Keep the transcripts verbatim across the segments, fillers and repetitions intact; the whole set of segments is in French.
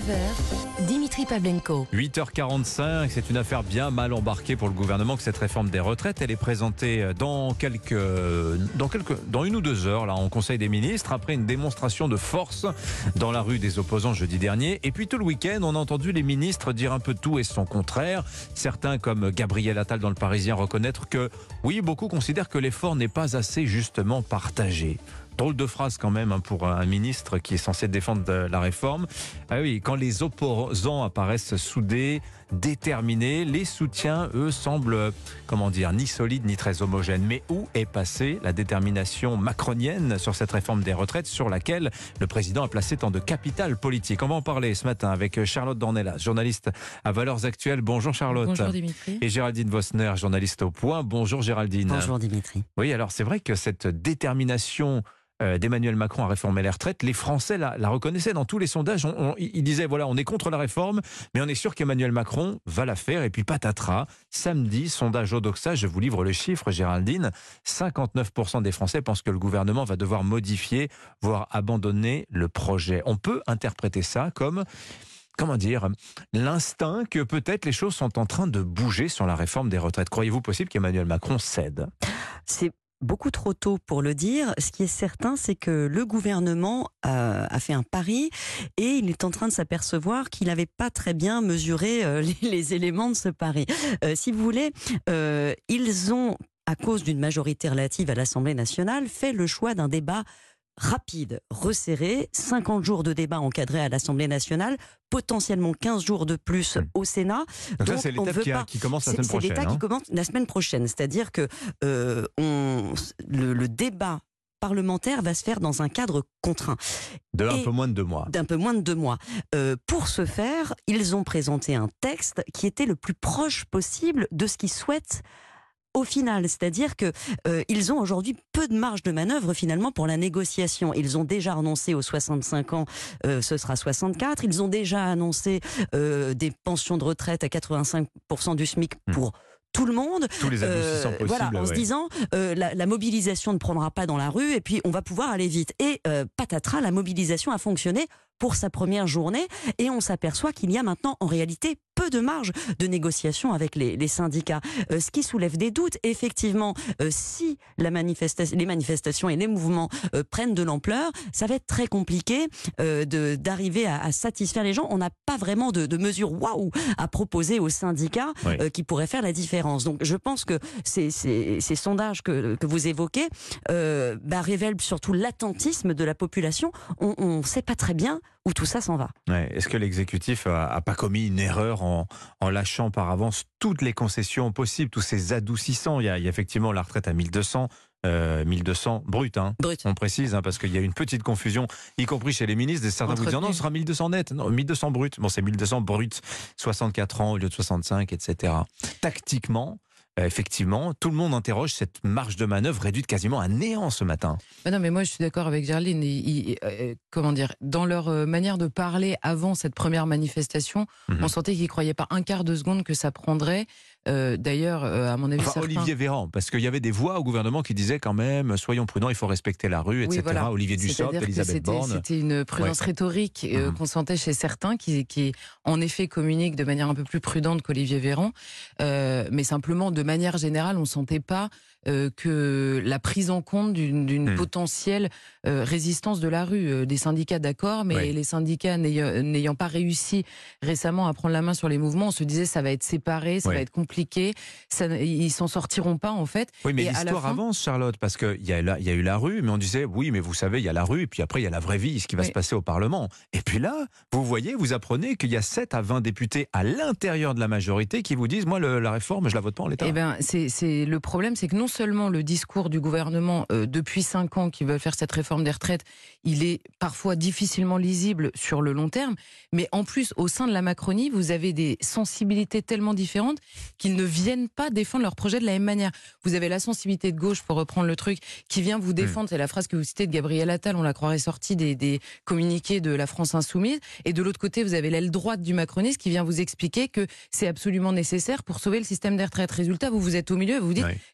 neuf heures, Dimitri Pavlenko. huit heures quarante-cinq, c'est une affaire bien mal embarquée pour le gouvernement que cette réforme des retraites. Elle est présentée dans quelques, dans quelques, dans une ou deux heures là en Conseil des ministres après une démonstration de force dans la rue des opposants jeudi dernier. Et puis tout le week-end, on a entendu les ministres dire un peu tout et son contraire. Certains, comme Gabriel Attal dans Le Parisien, reconnaître que oui, beaucoup considèrent que l'effort n'est pas assez justement partagé. Drôle de phrase quand même hein, pour un ministre qui est censé défendre la réforme. Ah oui, quand les opposants apparaissent soudés, déterminés, les soutiens, eux, semblent, comment dire, ni solides ni très homogènes. Mais où est passée la détermination macronienne sur cette réforme des retraites sur laquelle le président a placé tant de capital politique? On va en parler ce matin avec Charlotte Dornelas, journaliste à Valeurs Actuelles. Bonjour Charlotte. Bonjour Dimitri. Et Géraldine Vosner, journaliste au Point. Bonjour Géraldine. Bonjour Dimitri. Oui, alors c'est vrai que cette détermination d'Emmanuel Macron à réformer les retraites, les Français la, la reconnaissaient dans tous les sondages. On, on, ils disaient voilà, on est contre la réforme, mais on est sûr qu'Emmanuel Macron va la faire. Et puis patatras, samedi, sondage Odoxa, je vous livre le chiffre, Géraldine, cinquante-neuf pour cent des Français pensent que le gouvernement va devoir modifier, voire abandonner le projet. On peut interpréter ça comme, comment dire, l'instinct que peut-être les choses sont en train de bouger sur la réforme des retraites. Croyez-vous possible qu'Emmanuel Macron cède ? C'est beaucoup trop tôt pour le dire. Ce qui est certain, c'est que le gouvernement a, a fait un pari et il est en train de s'apercevoir qu'il n'avait pas très bien mesuré euh, les, les éléments de ce pari. Euh, si vous voulez, euh, ils ont, à cause d'une majorité relative à l'Assemblée nationale, fait le choix d'un débat rapide, resserré, cinquante jours de débat encadré à l'Assemblée nationale, potentiellement quinze jours de plus au Sénat. Donc, Donc ça, c'est l'étape qui, a, qui commence la semaine prochaine. C'est l'étape hein. qui commence la semaine prochaine. C'est-à-dire que euh, on, le, le débat parlementaire va se faire dans un cadre contraint. De un peu moins de deux mois. D'un peu moins de deux mois. Euh, pour ce faire, ils ont présenté un texte qui était le plus proche possible de ce qu'ils souhaitent au final, c'est-à-dire que euh, ils ont aujourd'hui peu de marge de manœuvre finalement pour la négociation. Ils ont déjà annoncé aux soixante-cinq ans, euh, ce sera soixante-quatre. Ils ont déjà annoncé euh, des pensions de retraite à quatre-vingt-cinq pour cent du SMIC pour mmh. tout le monde. Tous les aboutissants euh, possibles. Voilà, en ouais. se disant, euh, la, la mobilisation ne prendra pas dans la rue et puis on va pouvoir aller vite. Et euh, patatras, la mobilisation a fonctionné pour sa première journée et on s'aperçoit qu'il y a maintenant en réalité peu de marge de négociation avec les, les syndicats. Euh, ce qui soulève des doutes. Effectivement, euh, si la manifestation, les manifestations et les mouvements euh, prennent de l'ampleur, ça va être très compliqué euh, de, d'arriver à, à satisfaire les gens. On n'a pas vraiment de, de mesures waouh à proposer aux syndicats oui. euh, qui pourraient faire la différence. Donc je pense que ces, ces, ces sondages que, que vous évoquez euh, bah, révèlent surtout l'attentisme de la population. On ne sait pas très bien où tout ça s'en va. Ouais. Est-ce que l'exécutif a, a pas commis une erreur en, en lâchant par avance toutes les concessions possibles, tous ces adoucissants? Il y a, il y a effectivement la retraite à mille deux cents, euh, mille deux cents brut, hein. Brut. On précise, hein, parce qu'il y a une petite confusion, y compris chez les ministres. Certains vous disent non, ce sera mille deux cents net, non, mille deux cents brut. Bon, c'est mille deux cents brut, soixante-quatre ans au lieu de soixante-cinq, et cetera. Tactiquement, Euh, effectivement, tout le monde interroge cette marge de manœuvre réduite quasiment à néant ce matin. Bah non, mais moi je suis d'accord avec Géraldine. Ils, ils, euh, comment dire, dans leur euh, manière de parler avant cette première manifestation, mmh. on sentait qu'ils ne croyaient pas un quart de seconde que ça prendrait. Euh, d'ailleurs, euh, à mon avis, enfin, certains... Olivier Véran, parce qu'il y avait des voix au gouvernement qui disaient quand même, soyons prudents, il faut respecter la rue, et cetera. Oui, voilà. Olivier Dussopt, Elisabeth Borne. C'était une prudence ouais. rhétorique euh, mmh. qu'on sentait chez certains qui, qui, en effet, communiquent de manière un peu plus prudente qu'Olivier Véran. Euh, mais simplement, de manière générale, on ne sentait pas euh, que la prise en compte d'une, d'une mmh. potentielle euh, résistance de la rue. Euh, des syndicats, d'accord, mais oui. les syndicats n'ayant, n'ayant pas réussi récemment à prendre la main sur les mouvements, on se disait ça va être séparé, ça oui. va être compliqué, ça, ils s'en sortiront pas en fait. Oui, mais et l'histoire fin... avance, Charlotte, parce qu'il y, y a eu la rue, mais on disait oui, mais vous savez, il y a la rue, et puis après il y a la vraie vie, ce qui va oui. se passer au Parlement. Et puis là, vous voyez, vous apprenez qu'il y a sept à vingt députés à l'intérieur de la majorité qui vous disent moi, le, la réforme, je la vote pas en l'état. Eh ben, c'est, c'est le problème, c'est que non seulement le discours du gouvernement euh, depuis cinq ans qui veulent faire cette réforme des retraites, il est parfois difficilement lisible sur le long terme, mais en plus au sein de la Macronie, vous avez des sensibilités tellement différentes qu'ils ne viennent pas défendre leur projet de la même manière. Vous avez la sensibilité de gauche, pour reprendre le truc, qui vient vous défendre, mmh. c'est la phrase que vous citez de Gabriel Attal, on la croirait sortie des, des communiqués de la France Insoumise, et de l'autre côté, vous avez l'aile droite du macronisme qui vient vous expliquer que c'est absolument nécessaire pour sauver le système des retraites. Résultat, vous vous êtes au milieu et vous vous dites, oui. c'est quoi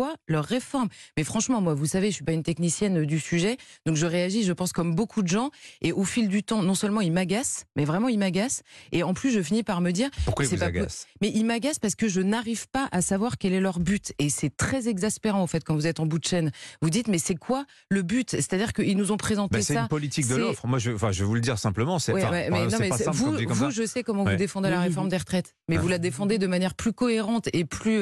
quoi leur réforme? Mais franchement, moi, vous savez, je suis pas une technicienne du sujet, donc je réagis, je pense, comme beaucoup de gens, et au fil du temps, non seulement ils m'agacent, mais vraiment ils m'agacent, et en plus je finis par me dire... Pourquoi ils vous pas agacent? Mais ils m'agacent parce que je n'arrive pas à savoir quel est leur but, et c'est très exaspérant en fait quand vous êtes en bout de chaîne. Vous dites, mais c'est quoi le but? C'est-à-dire qu'ils nous ont présenté bah, ça... C'est une politique de l'offre. Moi, je, enfin, je vais vous le dire simplement, c'est ouais, ouais, mais, non, mais pas simple vous, comme dit comme vous ça. je sais comment ouais. vous défendez la réforme des retraites, mais vous la défendez de manière plus cohérente et plus,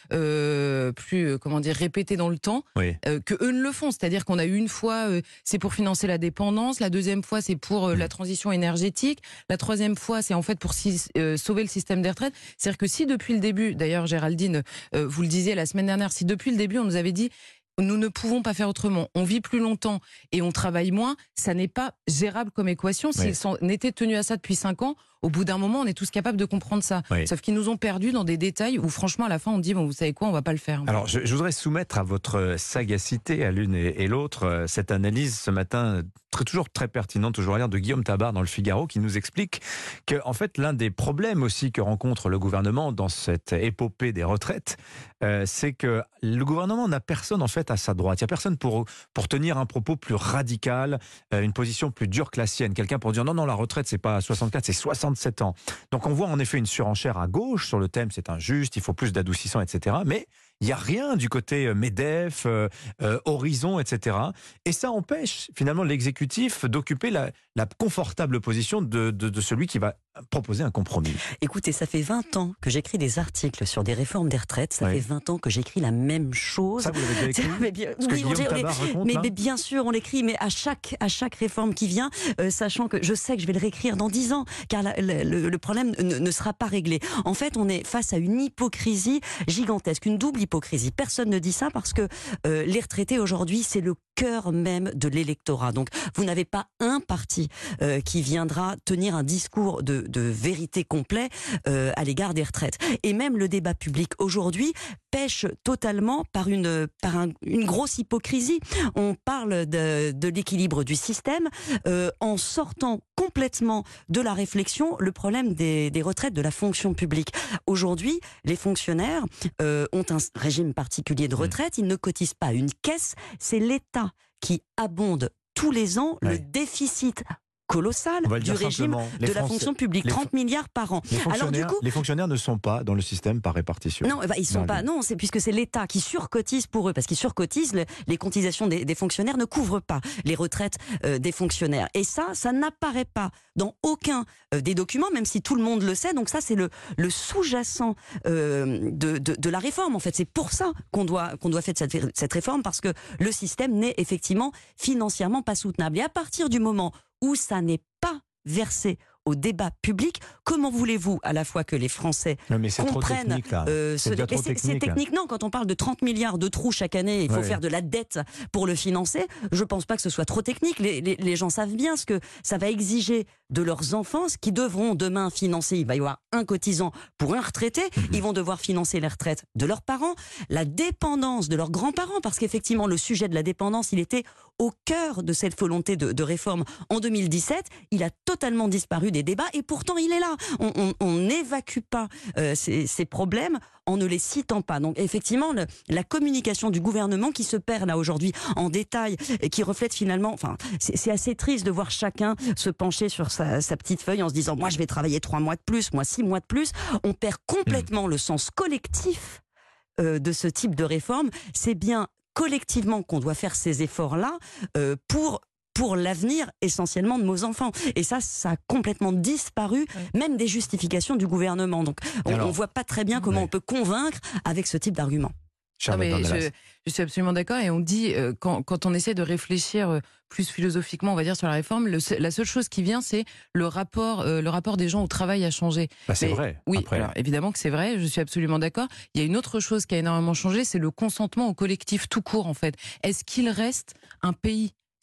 euh, plus euh, comment dire, répétée dans le temps, oui. euh, que eux ne le font. C'est-à-dire qu'on a eu une fois, euh, c'est pour financer la dépendance, la deuxième fois, c'est pour euh, mmh. la transition énergétique, la troisième fois, c'est en fait pour si, euh, sauver le système des retraites. C'est-à-dire que si depuis le début, d'ailleurs Géraldine, euh, vous le disiez la semaine dernière, si depuis le début on nous avait dit nous ne pouvons pas faire autrement, on vit plus longtemps et on travaille moins, ça n'est pas gérable comme équation. S'ils oui. étaient tenus à ça depuis cinq ans, au bout d'un moment, on est tous capables de comprendre ça. Oui. Sauf qu'ils nous ont perdus dans des détails où franchement, à la fin, on dit, bon, vous savez quoi, on va pas le faire. Alors, je, je voudrais soumettre à votre sagacité, à l'une et, et l'autre, cette analyse ce matin, très, toujours très pertinente, toujours à lire, de Guillaume Tabar dans le Figaro, qui nous explique que, en fait, l'un des problèmes aussi que rencontre le gouvernement dans cette épopée des retraites, euh, c'est que le gouvernement n'a personne, en fait, à sa droite. Il n'y a personne pour, pour tenir un propos plus radical, euh, une position plus dure que la sienne. Quelqu'un pour dire, non, non, la retraite, c'est pas soixante-quatre, c'est soixante-sept ans. Donc on voit en effet une surenchère à gauche sur le thème, c'est injuste, il faut plus d'adoucissant, et cetera. Mais il n'y a rien du côté MEDEF, euh, euh, Horizon, et cetera. Et ça empêche finalement l'exécutif d'occuper la, la confortable position de, de, de celui qui va proposer un compromis. Écoutez, ça fait vingt ans que j'écris des articles sur des réformes des retraites. Ça oui. fait vingt ans que j'écris la même chose. Ça, vous l'avez déjà écrit? mais bien, Ce que oui, Guillaume on, Tabar raconte, mais, là mais bien sûr, on l'écrit, mais à chaque, à chaque réforme qui vient, euh, sachant que je sais que je vais le réécrire dans dix ans, car la, le, le, le problème ne, ne sera pas réglé. En fait, on est face à une hypocrisie gigantesque, une double hypocrisie. Personne ne dit ça parce que euh, les retraités aujourd'hui, c'est le cœur même de l'électorat. Donc, vous n'avez pas un parti euh, qui viendra tenir un discours de, de vérité complet euh, à l'égard des retraites. Et même le débat public aujourd'hui pêche totalement par une par un, une grosse hypocrisie. On parle de, de l'équilibre du système euh, en sortant complètement de la réflexion le problème des, des retraites de la fonction publique. Aujourd'hui, les fonctionnaires euh, ont un régime particulier de retraite. Ils ne cotisent pas à une caisse. C'est l'État qui abonde tous les ans ouais. le déficit colossal du régime de la fonction publique, trente milliards par an. Les fonctionnaires, Alors, du coup, les fonctionnaires ne sont pas dans le système par répartition. Non, bah, ils sont non, pas. les... Non, c'est puisque c'est l'État qui surcotise pour eux, parce qu'ils surcotisent. Le, les cotisations des, des fonctionnaires ne couvrent pas les retraites euh, des fonctionnaires. Et ça, ça n'apparaît pas dans aucun euh, des documents, même si tout le monde le sait. Donc ça, c'est le, le sous-jacent euh, de, de, de la réforme. En fait, c'est pour ça qu'on doit qu'on doit faire cette, cette réforme, parce que le système n'est effectivement financièrement pas soutenable. Et à partir du moment où ça n'est pas versé au débat public, comment voulez-vous à la fois que les Français non, mais c'est comprennent trop technique, là. Euh, c'est, ce... trop c'est, technique, c'est technique, non. Quand on parle de trente milliards de trous chaque année, il faut ouais. faire de la dette pour le financer. Je ne pense pas que ce soit trop technique. Les, les, les gens savent bien ce que ça va exiger de leurs enfants, ce qui devront demain financer. Il va y avoir un cotisant pour un retraité. Mmh. Ils vont devoir financer les retraites de leurs parents, la dépendance de leurs grands-parents, parce qu'effectivement, le sujet de la dépendance, il était au cœur de cette volonté de, de réforme en deux mille dix-sept. Il a totalement disparu des débats et pourtant il est là. On n'évacue pas euh, ces, ces problèmes en ne les citant pas. Donc effectivement, le, la communication du gouvernement qui se perd là aujourd'hui en détail et qui reflète finalement, enfin, c'est, c'est assez triste de voir chacun se pencher sur sa, sa petite feuille en se disant moi je vais travailler trois mois de plus, moi six mois de plus. On perd complètement mmh. le sens collectif euh, de ce type de réforme. C'est bien collectivement qu'on doit faire ces efforts-là euh, pour pour l'avenir essentiellement de nos enfants. Et ça, ça a complètement disparu, oui. même des justifications du gouvernement. Donc on ne voit pas très bien comment oui. on peut convaincre avec ce type d'argument. Non, mais je, je suis absolument d'accord, et on dit, euh, quand, quand on essaie de réfléchir euh, plus philosophiquement, on va dire, sur la réforme, le, la seule chose qui vient, c'est le rapport, euh, le rapport des gens au travail a changé. Bah, c'est mais, vrai. Oui, après. Alors, évidemment que c'est vrai, je suis absolument d'accord. Il y a une autre chose qui a énormément changé, c'est le consentement au collectif tout court, en fait. Est-ce qu'il reste un pays ?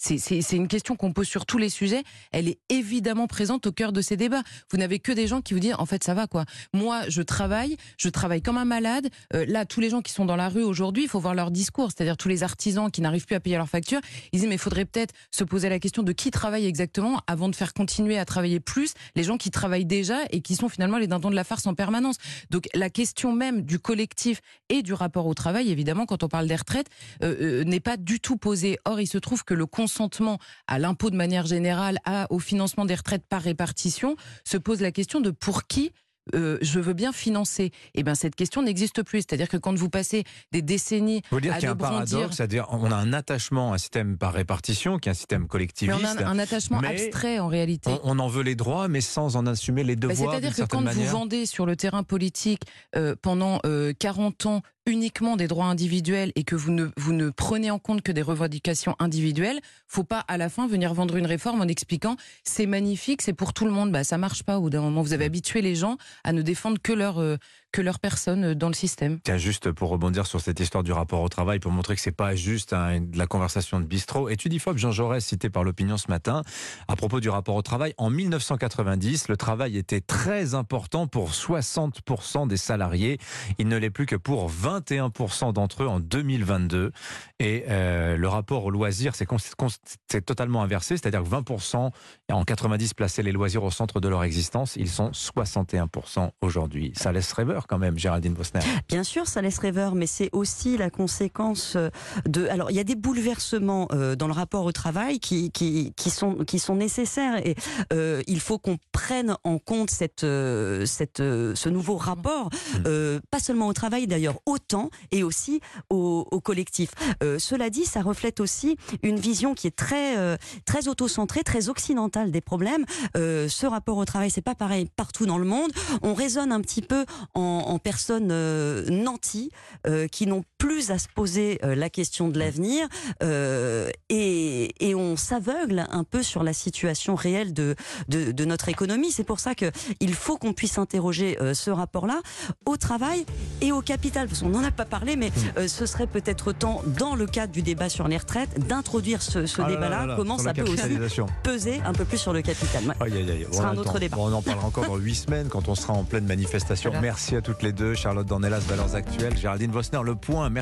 C'est, c'est, c'est une question qu'on pose sur tous les sujets. Elle est évidemment présente au cœur de ces débats. Vous n'avez que des gens qui vous disent, en fait, ça va quoi. Moi, je travaille, je travaille comme un malade. Euh, là, tous les gens qui sont dans la rue aujourd'hui, il faut voir leur discours. C'est-à-dire tous les artisans qui n'arrivent plus à payer leurs factures. Ils disent, mais il faudrait peut-être se poser la question de qui travaille exactement avant de faire continuer à travailler plus les gens qui travaillent déjà et qui sont finalement les dindons de la farce en permanence. Donc la question même du collectif et du rapport au travail, évidemment, quand on parle des retraites, euh, euh, n'est pas du tout posée. Or, il se trouve que le consentement à l'impôt de manière générale, à, au financement des retraites par répartition, se pose la question de pour qui Euh, je veux bien financer. Et bien cette question n'existe plus. C'est-à-dire que quand vous passez des décennies Vous dire à qu'il y a un brandir... paradoxe, c'est-à-dire on a un attachement à un système par répartition, qui est un système collectiviste. Mais on a un, un attachement abstrait en réalité. On, on en veut les droits, mais sans en assumer les devoirs. Bah, c'est-à-dire que quand manière. vous vendez sur le terrain politique euh, pendant euh, quarante ans uniquement des droits individuels et que vous ne, vous ne prenez en compte que des revendications individuelles, faut pas à la fin venir vendre une réforme en expliquant c'est magnifique, c'est pour tout le monde. Bah, ça marche pas au bout d'un moment. Vous avez habitué les gens à ne défendre que leur, euh, que leur personne dans le système. Tiens, juste pour rebondir sur cette histoire du rapport au travail, pour montrer que c'est pas juste hein, de la conversation de bistrot. Étude I F O P, Jean Jaurès, cité par l'Opinion ce matin, à propos du rapport au travail. En mille neuf cent quatre-vingt-dix, le travail était très important pour soixante pour cent des salariés. Il ne l'est plus que pour vingt et un pour cent d'entre eux en deux mille vingt-deux. Et euh, le rapport au loisir, c'est, c'est totalement inversé. C'est-à-dire que vingt pour cent en quatre-vingt-dix plaçaient les loisirs au centre de leur existence. Ils sont soixante et un pour cent aujourd'hui. Ça laisse rêveur quand même, Géraldine Bosner. Bien sûr, ça laisse rêveur, mais c'est aussi la conséquence de... Alors, il y a des bouleversements euh, dans le rapport au travail qui, qui, qui, sont, qui sont nécessaires et euh, il faut qu'on prenne en compte cette, euh, cette, euh, ce nouveau rapport, euh, pas seulement au travail d'ailleurs, autant et aussi au, au collectif. Euh, cela dit, ça reflète aussi une vision qui est très, euh, très auto-centrée, très occidentale des problèmes. Euh, ce rapport au travail, c'est pas pareil partout dans le monde. On raisonne un petit peu en, en personnes euh, nanties euh, qui n'ont plus à se poser euh, la question de l'avenir euh, et, et on s'aveugle un peu sur la situation réelle de, de, de notre économie. C'est pour ça qu'il faut qu'on puisse interroger euh, ce rapport-là au travail et au capital. Parce qu'on n'en a pas parlé, mais euh, ce serait peut-être temps, dans le cadre du débat sur les retraites, d'introduire ce, ce ah débat-là. Là là là, comment ça peut aussi peser un peu plus sur le capital. Aïe, aïe, aïe. Ce sera un autre débat. Bon, on en parlera encore dans huit semaines quand on sera en pleine manifestation. Voilà. Merci à toutes les deux. Charlotte Dornelas, Valeurs Actuelles. Géraldine Bosner, Le Point. Merci.